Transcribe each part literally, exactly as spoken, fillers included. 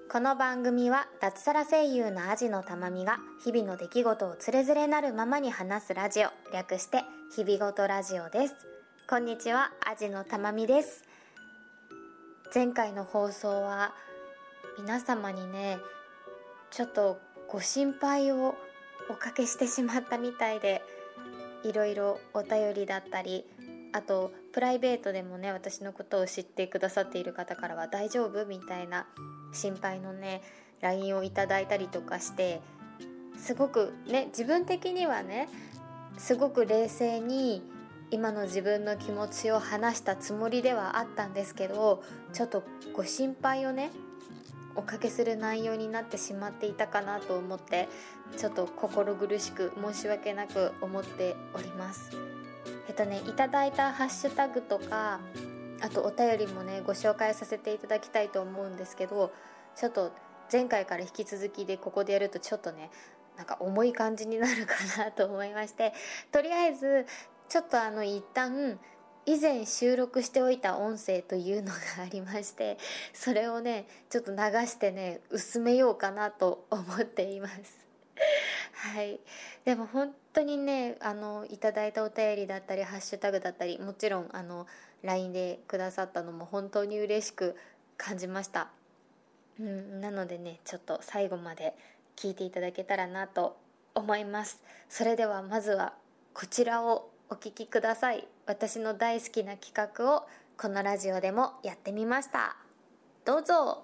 この番組は脱サラ声優のアジのたまみが日々の出来事をつれづれなるままに話すラジオ、略して日々ごとラジオです。こんにちは、アジのたまみです。前回の放送は皆様にねちょっとご心配をおかけしてしまったみたいで、いろいろお便りだったり、あとプライベートでもね私のことを知ってくださっている方からは大丈夫みたいな心配のね ライン をいただいたりとかして、すごくね自分的にはねすごく冷静に今の自分の気持ちを話したつもりではあったんですけど、ちょっとご心配をねおかけする内容になってしまっていたかなと思って、ちょっと心苦しく申し訳なく思っております。えっとねいただいたハッシュタグとか、あとお便りもねご紹介させていただきたいと思うんですけど、ちょっと前回から引き続きでここでやるとちょっとねなんか重い感じになるかなと思いまして、とりあえずちょっとあの一旦以前収録しておいた音声というのがありまして、それをねちょっと流してね薄めようかなと思っていますはい、でも本当にねあのいただいたお便りだったりハッシュタグだったり、もちろんあの ライン でくださったのも本当に嬉しく感じました、うん、なのでねちょっと最後まで聞いていただけたらなと思います。それではまずはこちらをお聞きください。私の大好きな企画をこのラジオでもやってみました。どうぞ。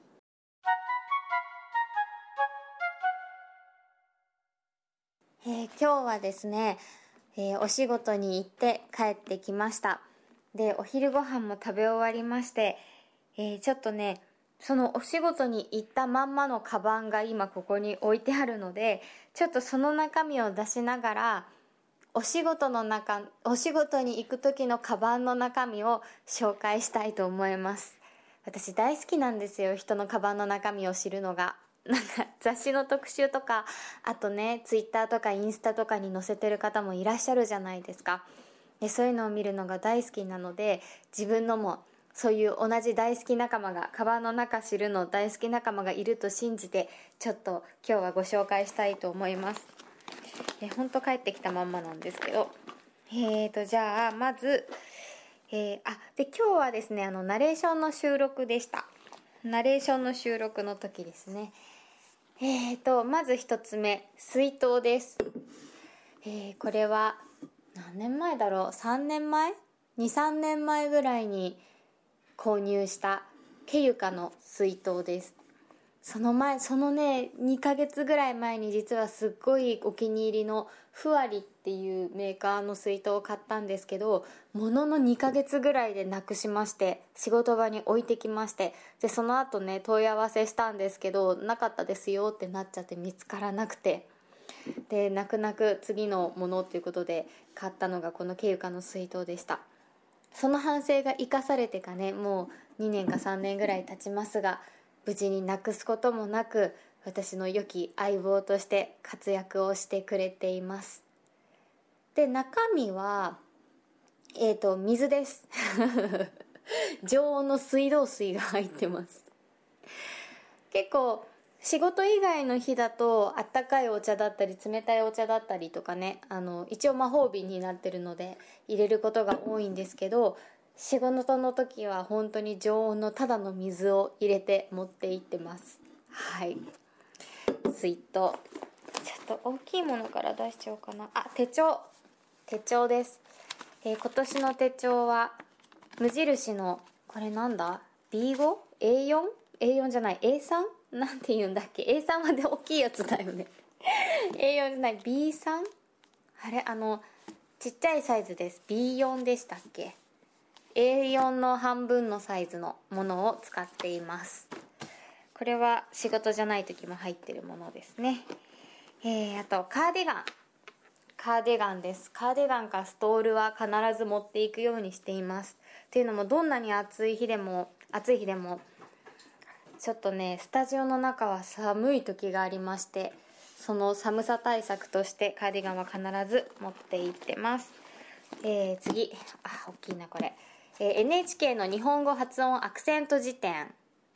えー、今日はですね、えー、お仕事に行って帰ってきました。でお昼ご飯も食べ終わりまして、えー、ちょっとねそのお仕事に行ったまんまのカバンが今ここに置いてあるので、ちょっとその中身を出しながらお仕事の中お仕事に行く時のカバンの中身を紹介したいと思います。私大好きなんですよ、人のカバンの中身を知るのが。なんか雑誌の特集とか、あとねツイッターとかインスタとかに載せてる方もいらっしゃるじゃないですか。でそういうのを見るのが大好きなので、自分のもそういう同じ大好き仲間が、カバンの中知るの大好き仲間がいると信じて、ちょっと今日はご紹介したいと思います。えほんと帰ってきたまんまなんですけど、えーとじゃあまず、えー、あで今日はですねあのナレーションの収録でした。ナレーションの収録の時ですね。えーとまず一つ目、水筒です。えー、これは何年前だろう、さんねんまえ にさんねんまえぐらいに購入したケユカの水筒です。その前そのねにかげつぐらい前に実はすっごいお気に入りのふわりっていうメーカーの水筒を買ったんですけど、もののにかげつぐらいでなくしまして、仕事場に置いてきまして、でその後ね問い合わせしたんですけどなかったですよってなっちゃって見つからなくて、で泣く泣く次のものということで買ったのがこのケユカの水筒でした。その反省が生かされてかねもうにねんかさんねんぐらい経ちますが、無事になくすこともなく私の良き相棒として活躍をしてくれています。で中身はえーと水です常温の水道水が入ってます。結構仕事以外の日だとあったかいお茶だったり冷たいお茶だったりとかね、あの一応魔法瓶になってるので入れることが多いんですけど、仕事の時は本当に常温のただの水を入れて持って行ってます。はい、水筒ちょっと大きいものから出しちゃおうかな。あ、手帳手帳です。えー、今年の手帳は無印のこれなんだ ビーファイブ？エーよん？ エーよん じゃない エースリー？ なんて言うんだっけ、 エースリー まで大きいやつだよねエーよん じゃない ビースリー？ あれあのちっちゃいサイズです。 ビーよん でしたっけ。 エーよん の半分のサイズのものを使っています。これは仕事じゃない時も入ってるものですね。えー、あとカーディガンカーディガンです。カーディガンかストールは必ず持っていくようにしています。っていうのもどんなに暑い日でも暑い日でもちょっとねスタジオの中は寒い時がありまして、その寒さ対策としてカーディガンは必ず持っていってます。えー、次あ大きいなこれ、えー、エヌエイチケー の日本語発音アクセント辞典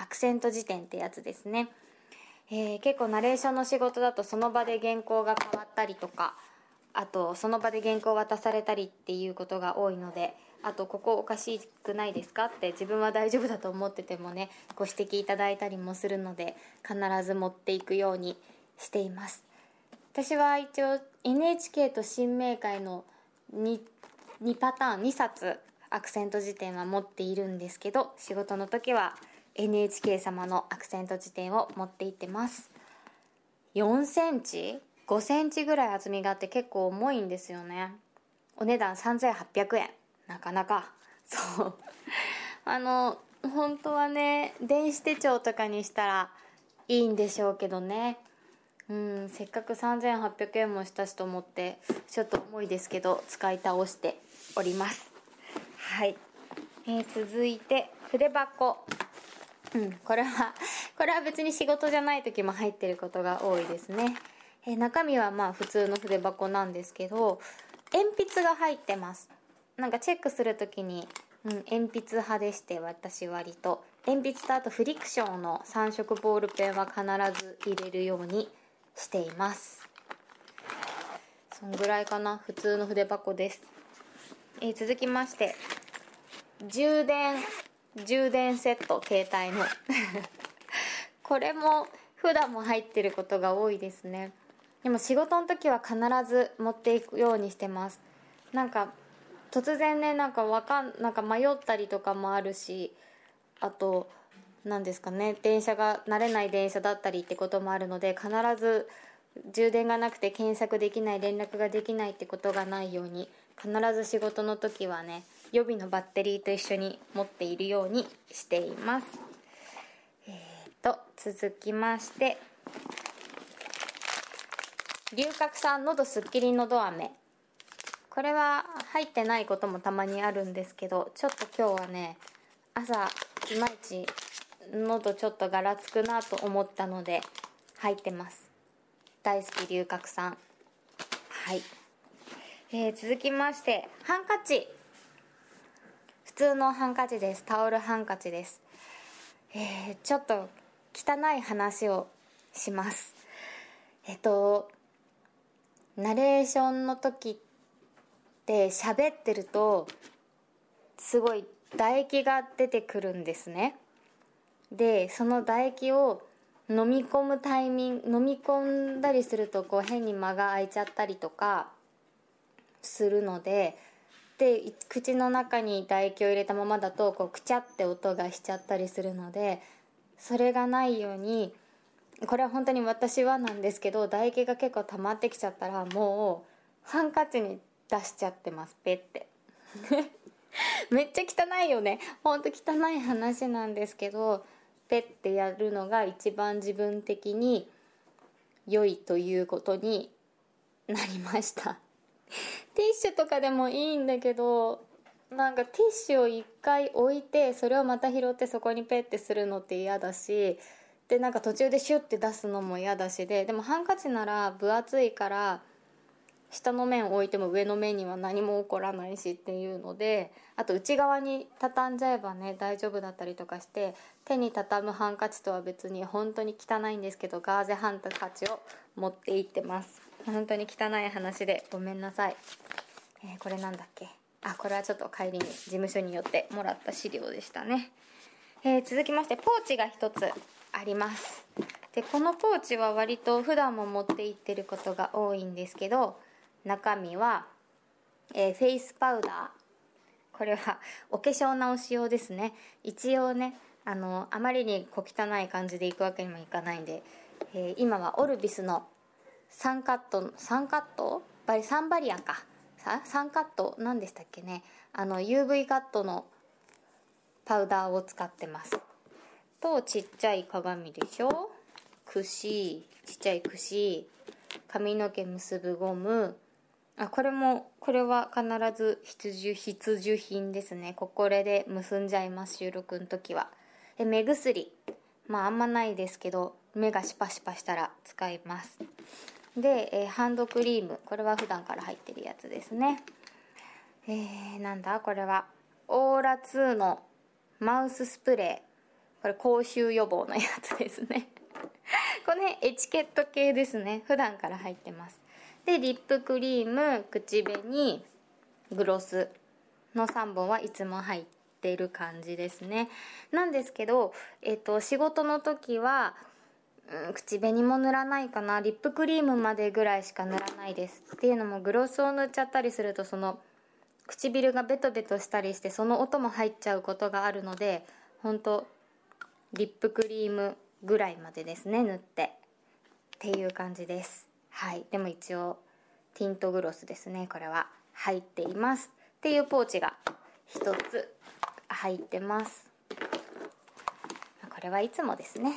アクセント辞典ってやつですね。えー、結構ナレーションの仕事だとその場で原稿が変わったりとか、あとその場で原稿を渡されたりっていうことが多いので、あとここおかしくないですかって自分は大丈夫だと思っててもね、ご指摘いただいたりもするので、必ず持っていくようにしています。私は一応 エヌエイチケー と新明会の 2, 2パターンにさつアクセント辞典は持っているんですけど、仕事の時は エヌエイチケー 様のアクセント辞典を持って行ってます。よんセンチごセンチぐらい厚みがあって結構重いんですよね。お値段さんぜんはっぴゃくえん、なかなか。そうあの本当はね、電子手帳とかにしたらいいんでしょうけどね、うん、せっかくさんぜんはっぴゃくえんもしたしと思ってちょっと重いですけど使い倒しております。はい、えー、続いて筆箱。うん、これはこれは別に仕事じゃない時も入ってることが多いですね。えー、中身はまあ普通の筆箱なんですけど、鉛筆が入ってます。なんかチェックする時に、うん、鉛筆派でして、私割と鉛筆とあとフリクションのさん色ボールペンは必ず入れるようにしています。そんぐらいかな、普通の筆箱です。えー、続きまして充電充電セット、携帯のこれも普段も入ってることが多いですね。でも仕事の時は必ず持っていくようにしてます。なんか突然ね、なんかわかんなんか迷ったりとかもあるし、あと何ですかね、電車が慣れない電車だったりってこともあるので、必ず充電がなくて検索できない、連絡ができないってことがないように、必ず仕事の時はね、予備のバッテリーと一緒に持っているようにしています。えーと続きまして、龍角散のどすっきりのど飴。これは入ってないこともたまにあるんですけど、ちょっと今日はね、朝いまいち喉ちょっとガラつくなと思ったので入ってます。大好き龍角散。はい、えー、続きましてハンカチ。普通のハンカチです。タオルハンカチです。えー、ちょっと汚い話をします。えっとナレーションの時って喋ってるとすごい唾液が出てくるんですね。でその唾液を飲み込むタイミング飲み込んだりするとこう変に間が空いちゃったりとかするので、で口の中に唾液を入れたままだとこうくちゃって音がしちゃったりするので、それがないように、これは本当に私はなんですけど、唾液が結構溜まってきちゃったらもうハンカチに出しちゃってます、ペッてめっちゃ汚いよね、本当汚い話なんですけど、ペッてやるのが一番自分的に良いということになりましたティッシュとかでもいいんだけど、なんかティッシュを一回置いてそれをまた拾ってそこにペッてするのって嫌だし、でなんか途中でシュッて出すのも嫌だしで、でもハンカチなら分厚いから下の面を置いても上の面には何も起こらないしっていうので、あと内側に畳んじゃえばね大丈夫だったりとかして、手に畳むハンカチとは別に本当に汚いんですけどガーゼハンカチを持って行ってます。本当に汚い話でごめんなさい。えー、これなんだっけ、あ、これはちょっと帰りに事務所によってもらった資料でしたね。えー、続きましてポーチが一つあります。でこのポーチは割と普段も持って行ってることが多いんですけど、中身は、えー、フェイスパウダー。これはお化粧直し用ですね。一応ね、あのあまりに小汚い感じでいくわけにもいかないんで、えー、今はオルビスのサンカットサンカットバリサンバリアンかさサンカット何でしたっけね、あの ユーブイ カットのパウダーを使ってます。とちっちゃい鏡でしょ、櫛、ちっちゃい櫛、髪の毛結ぶゴム、あ、これもこれは必ず必需必需品ですね。ここで結んじゃいます、収録の時は。え目薬、まああんまないですけど目がシパシパしたら使います。で、えハンドクリーム、これは普段から入ってるやつですね。えー、なんだこれはオーラツーのマウススプレこれ口臭予防のやつですねこれエチケット系ですね。普段から入ってます。でリップクリーム、口紅、グロスのさんぼんはいつも入ってる感じですね。なんですけど、えっと、仕事の時は、うん、口紅も塗らないかな。リップクリームまでぐらいしか塗らないです。っていうのもグロスを塗っちゃったりするとその唇がベトベトしたりしてその音も入っちゃうことがあるので、ほんとリップクリームぐらいまでですね、塗ってっていう感じです。はい。でも一応ティントグロスですね、これは入っていますっていうポーチが一つ入ってます。これはいつもですね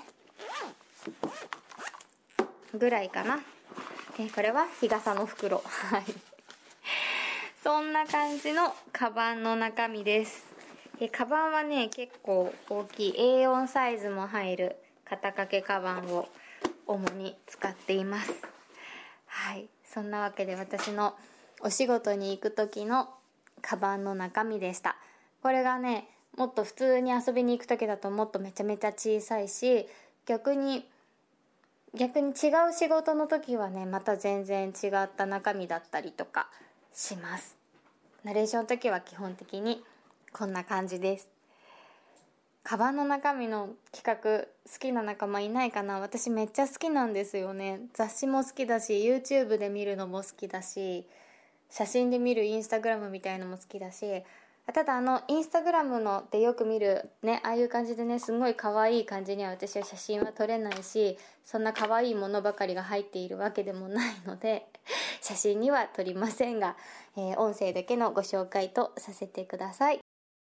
ぐらいかな。えこれは日傘の袋はいそんな感じのカバンの中身です。えカバンはね結構大きい エーよん サイズも入る肩掛けカバンを主に使っています。はい、そんなわけで私のお仕事に行く時のカバンの中身でした。これがねもっと普通に遊びに行く時だともっとめちゃめちゃ小さいし、逆に逆に違う仕事の時はねまた全然違った中身だったりとかします。ナレーションの時は基本的にこんな感じです。カバンの中身の企画好きな仲間いないかな。私めっちゃ好きなんですよね。雑誌も好きだし YouTube で見るのも好きだし、写真で見るインスタグラムみたいのも好きだし、ただあのインスタグラムのでよく見るねああいう感じでねすごい可愛い感じには私は写真は撮れないし、そんな可愛いものばかりが入っているわけでもないので写真には撮りませんが、えー、音声だけのご紹介とさせてください。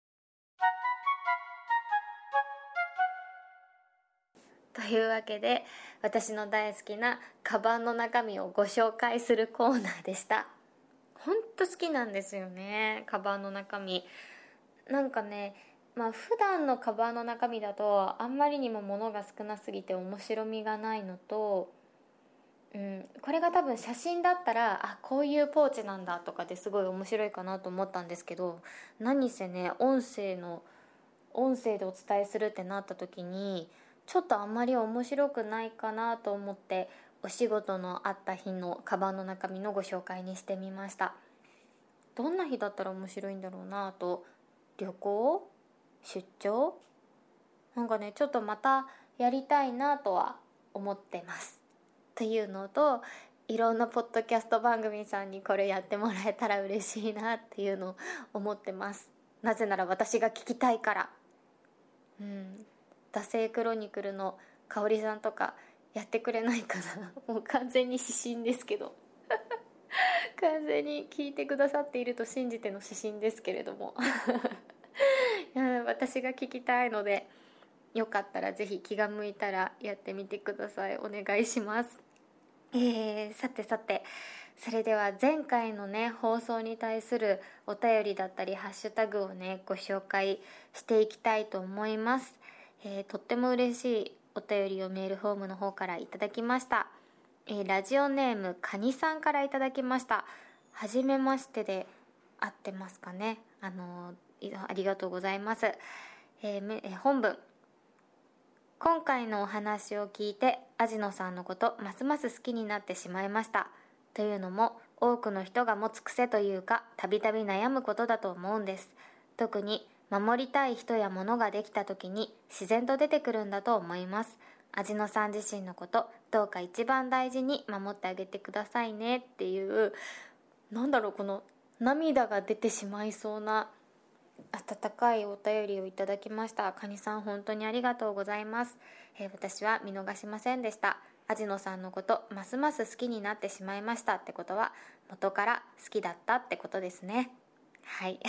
というわけで私の大好きなカバンの中身をご紹介するコーナーでした。ほんと好きなんですよね、カバンの中身。なんかね、まあ普段のカバンの中身だとあんまりにも物が少なすぎて面白みがないのと、うん、これが多分写真だったらあこういうポーチなんだとかですごい面白いかなと思ったんですけど、何せね音声の音声でお伝えするってなった時にちょっとあんまり面白くないかなと思ってお仕事のあった日のカバンの中身のご紹介にしてみました。どんな日だったら面白いんだろうなと、旅行、出張、なんかねちょっとまたやりたいなとは思ってますっていうのと、いろんなポッドキャスト番組さんにこれやってもらえたら嬉しいなっていうのを思ってます。なぜなら私が聞きたいから。うん、惰性クロニクルの香織さんとかやってくれないかなもう完全に指針ですけど完全に聞いてくださっていると信じての指針ですけれどもいや私が聞きたいので、よかったらぜひ気が向いたらやってみてください。お願いします。えー、さてさて、それでは前回のね放送に対するお便りだったりハッシュタグをねご紹介していきたいと思います。えー、とっても嬉しいお便りをメールフォームの方からいただきました。えー、ラジオネームカニさんからいただきました。はじめましてで合ってますかね。あのー、ありがとうございます。えー、え本文、今回のお話を聞いてアジノさんのことますます好きになってしまいました。というのも多くの人が持つ癖というかたびたび悩むことだと思うんです。特に守りたい人や物ができた時に自然と出てくるんだと思います。アジノさん自身のことどうか一番大事に守ってあげてくださいねっていう、なんだろうこの涙が出てしまいそうな温かいお便りをいただきました。カニさん本当にありがとうございます。えー、私は見逃しませんでした。アジノさんのことますます好きになってしまいましたってことは元から好きだったってことですね。はい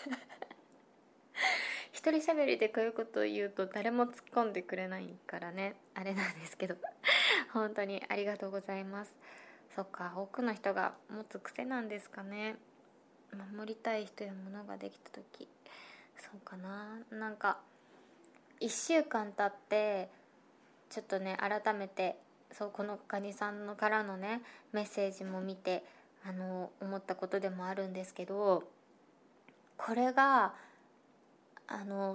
一人喋りでこういうことを言うと誰も突っ込んでくれないからねあれなんですけど本当にありがとうございます。そっか、多くの人が持つ癖なんですかね。守りたい人や物ができた時、そうかな。なんかいっしゅうかん経ってちょっとね改めてそうこのカニさんのからのねメッセージも見てあの思ったことでもあるんですけど、これがあの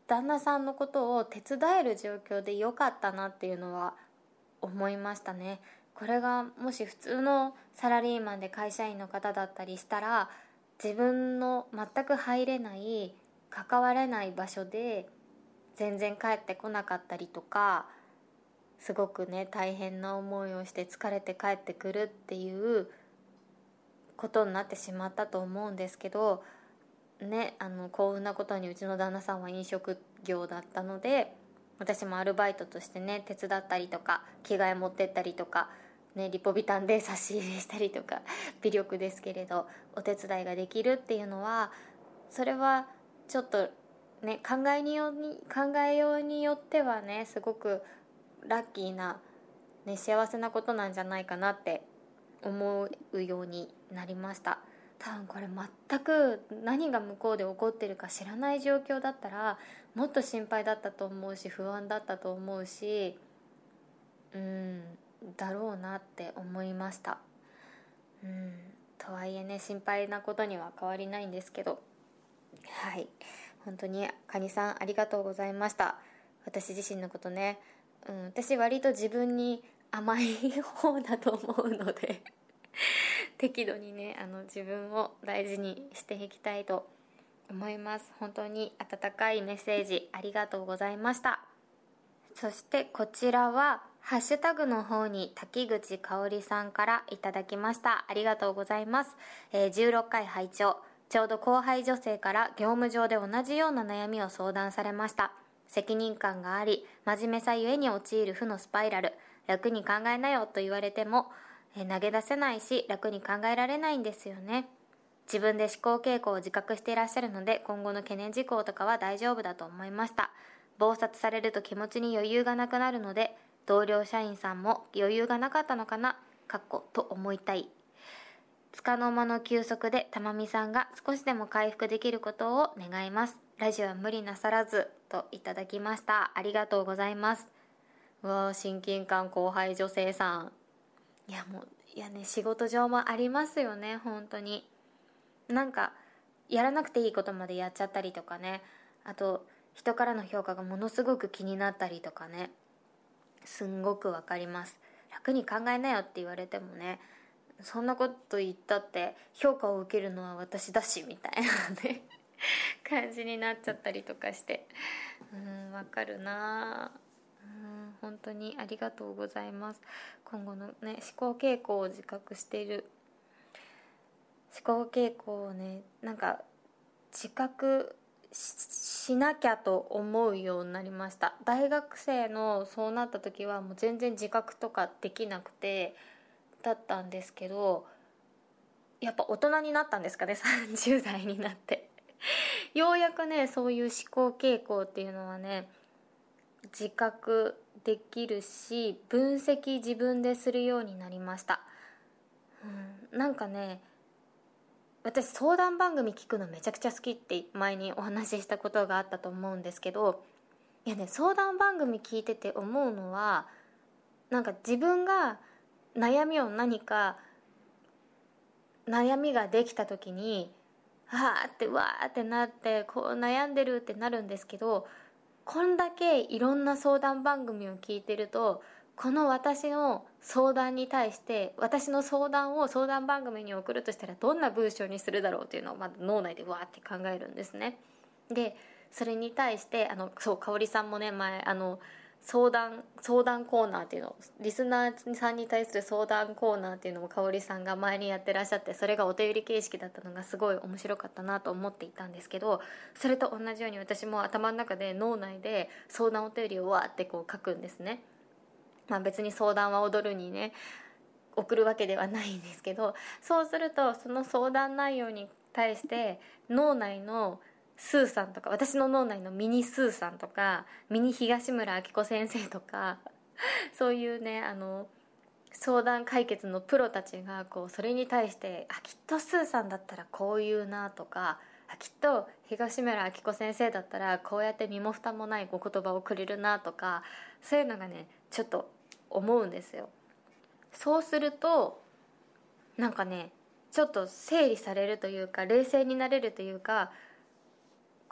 旦那さんのことを手伝える状況で良かったなっていうのは思いましたね。これがもし普通のサラリーマンで会社員の方だったりしたら、自分の全く入れない関われない場所で全然帰ってこなかったりとか、すごくね大変な思いをして疲れて帰ってくるっていうことになってしまったと思うんですけどね、あの幸運なことにうちの旦那さんは飲食業だったので、私もアルバイトとしてね手伝ったりとか着替え持ってったりとか、ね、リポビタンで差し入れしたりとか微力ですけれどお手伝いができるっていうのは、それはちょっとね考えにように考えようによってはねすごくラッキーな、ね、幸せなことなんじゃないかなって思うようになりました。多分これ全く何が向こうで起こってるか知らない状況だったらもっと心配だったと思うし不安だったと思うし、うんだろうなって思いました。うんとはいえね心配なことには変わりないんですけど、はい本当にカニさんありがとうございました。私自身のことね、うん、私割と自分に甘い方だと思うので適度にねあの自分を大事にしていきたいと思います。本当に温かいメッセージありがとうございました。そしてこちらはハッシュタグの方に滝口香織さんからいただきました。ありがとうございます。えー、じゅうろっかい拝聴。ちょうど後輩女性から業務上で同じような悩みを相談されました。責任感があり真面目さゆえに陥る負のスパイラル。楽に考えなよと言われても、えー投げ出せないし楽に考えられないんですよね。自分で思考傾向を自覚していらっしゃるので今後の懸念事項とかは大丈夫だと思いました。忙殺されると気持ちに余裕がなくなるので同僚社員さんも余裕がなかったのかなかっこと思いたい。束の間の休息でたまみさんが少しでも回復できることを願います。ラジオは無理なさらずといただきました。ありがとうございます。うわー親近感後輩女性さん。いやもういやね仕事上もありますよね本当に。なんかやらなくていいことまでやっちゃったりとかね、あと人からの評価がものすごく気になったりとかね、すんごくわかります。楽に考えなよって言われてもね、そんなこと言ったって評価を受けるのは私だしみたいなね感じになっちゃったりとかして、うんわかるな。うん本当にありがとうございます。今後のね思考傾向を自覚している思考傾向をねなんか自覚しなきゃと思うようになりました。大学生のそうなった時はもう全然自覚とかできなくてだったんですけど、やっぱ大人になったんですかねさんじゅう代になってようやくねそういう思考傾向っていうのはね自覚できるし分析自分でするようになりました。うん、なんかね私相談番組聞くのめちゃくちゃ好きって前にお話ししたことがあったと思うんですけど、いやね相談番組聞いてて思うのは、なんか自分が悩みを何か悩みができた時にはーってわーってなってこう悩んでるってなるんですけど、こんだけいろんな相談番組を聞いてるとこの私の相談に対して私の相談を相談番組に送るとしたらどんな文章にするだろうっていうのをまず脳内でわーって考えるんですね。でそれに対してあのそう香織さんもね前あの相談相談コーナーっていうのをリスナーさんに対する相談コーナーっていうのも香織さんが前にやってらっしゃって、それがお便り形式だったのがすごい面白かったなと思っていたんですけど、それと同じように私も頭の中で脳内で相談お便りをわーってこう書くんですね。まあ別に相談は踊るにね送るわけではないんですけど、そうするとその相談内容に対して脳内のスーさんとか私の脳内のミニスーさんとかミニ東村明子先生とかそういうねあの相談解決のプロたちがこうそれに対してあきっとスーさんだったらこう言うなとか、あきっと東村明子先生だったらこうやって身も蓋もないご言葉をくれるなとか、そういうのがねちょっと思うんですよ。そうするとなんかねちょっと整理されるというか冷静になれるというか、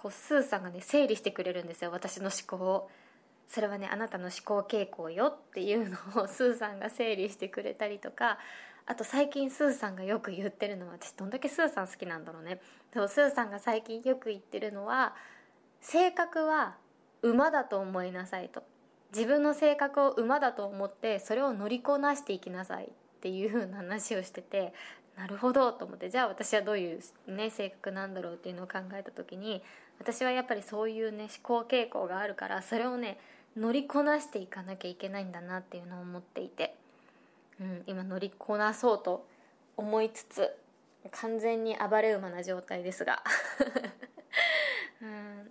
こうスーさんがね整理してくれるんですよ、私の思考を。それはねあなたの思考傾向よっていうのをスーさんが整理してくれたりとか、あと最近スーさんがよく言ってるのは、私どんだけスーさん好きなんだろうね。そうスーさんが最近よく言ってるのは、性格は馬だと思いなさいと。自分の性格を馬だと思ってそれを乗りこなしていきなさいっていう風な話をしてて、なるほどと思って、じゃあ私はどういう、ね、性格なんだろうっていうのを考えた時に、私はやっぱりそういうね思考傾向があるから、それをね乗りこなしていかなきゃいけないんだなっていうのを思っていて、うん、今乗りこなそうと思いつつ完全に暴れ馬な状態ですがうん、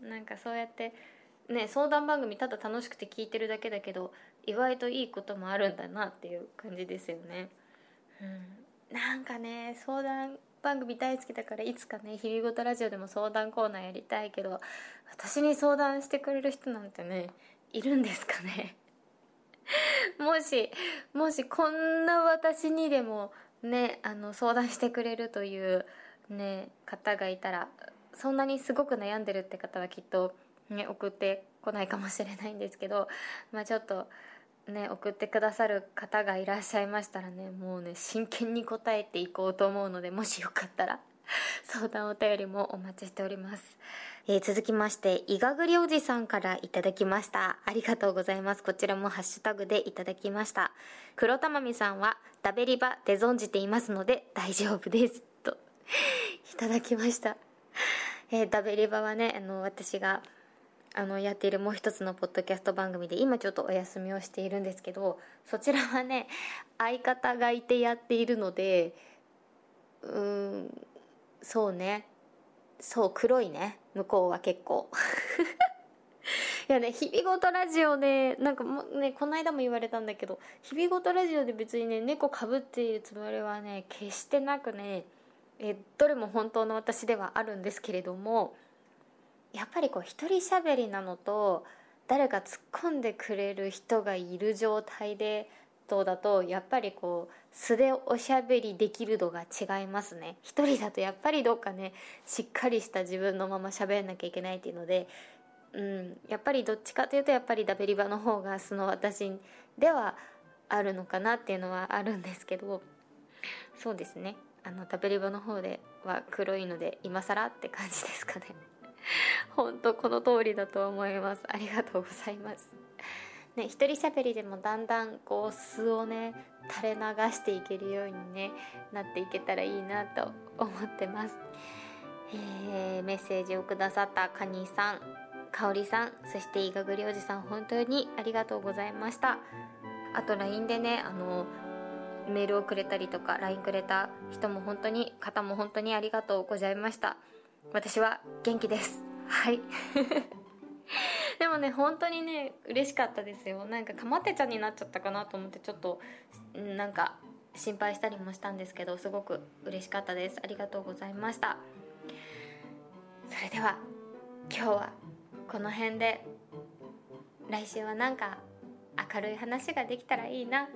なんかそうやってね、相談番組ただ楽しくて聞いてるだけだけど意外といいこともあるんだなっていう感じですよね。うん、なんかね相談番組大好きだから、いつかね日々ごとラジオでも相談コーナーやりたいけど、私に相談してくれる人なんてねいるんですかねもしもしこんな私にでもねあの相談してくれるというね方がいたら、そんなにすごく悩んでるって方はきっとね送ってこないかもしれないんですけど、まあちょっとね送ってくださる方がいらっしゃいましたらね、もうね真剣に答えていこうと思うので、もしよかったら相談お便りもお待ちしております。えー、続きましていがぐりおじさんからいただきました。ありがとうございます。こちらもハッシュタグでいただきました。黒たまみさんはダベリバで存じていますので大丈夫ですといただきました。えー、ダベリバはねあの私があのやっているもう一つのポッドキャスト番組で今ちょっとお休みをしているんですけど、そちらはね相方がいてやっているので、うーんそうねそう黒いね向こうは結構いやね日々ごとラジオねなんかもねこの間も言われたんだけど、日々ごとラジオで別にね猫かぶっているつもりはね決してなくね、えどれも本当の私ではあるんですけれども、やっぱりこう一人喋りなのと誰か突っ込んでくれる人がいる状態でどうだと、やっぱりこう素でおしゃべりできる度が違いますね。一人だとやっぱりどっかねしっかりした自分のまま喋んなきゃいけないっていうので、うん、やっぱりどっちかというとやっぱりダベリバの方が素の私ではあるのかなっていうのはあるんですけど、そうですねあのダベリバの方では黒いので今更って感じですかね本当この通りだと思います。ありがとうございますね。一人喋りでもだんだんこう素をね垂れ流していけるように、ね、なっていけたらいいなと思ってます。えー、メッセージをくださったカニさん、かおりさん、そしていがぐりおじさん、本当にありがとうございました。あと ライン でねあのメールをくれたりとか ライン くれた人も本当に方も本当にありがとうございました。私は元気です。はいでもね本当にね嬉しかったですよ。なんかかまってちゃんになっちゃったかなと思ってちょっとなんか心配したりもしたんですけど、すごく嬉しかったです。ありがとうございました。それでは今日はこの辺で、来週はなんか明るい話ができたらいいな。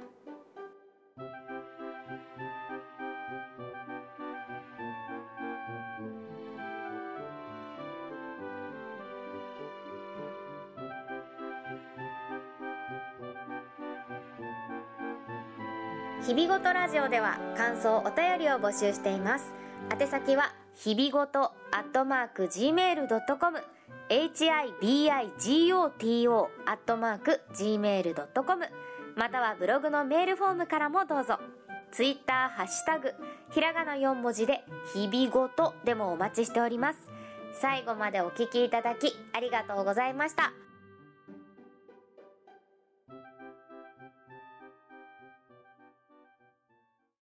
日々ごとラジオでは感想お便りを募集しています。宛先は日々ごとアットマーク ジーメールドットコム ヒビゴト アットマーク ジーメールドットコム またはブログのメールフォームからもどうぞ。ツイッターハッシュタグひらがなよん文字で日々ごとでもお待ちしております。最後までお聞きいただきありがとうございました。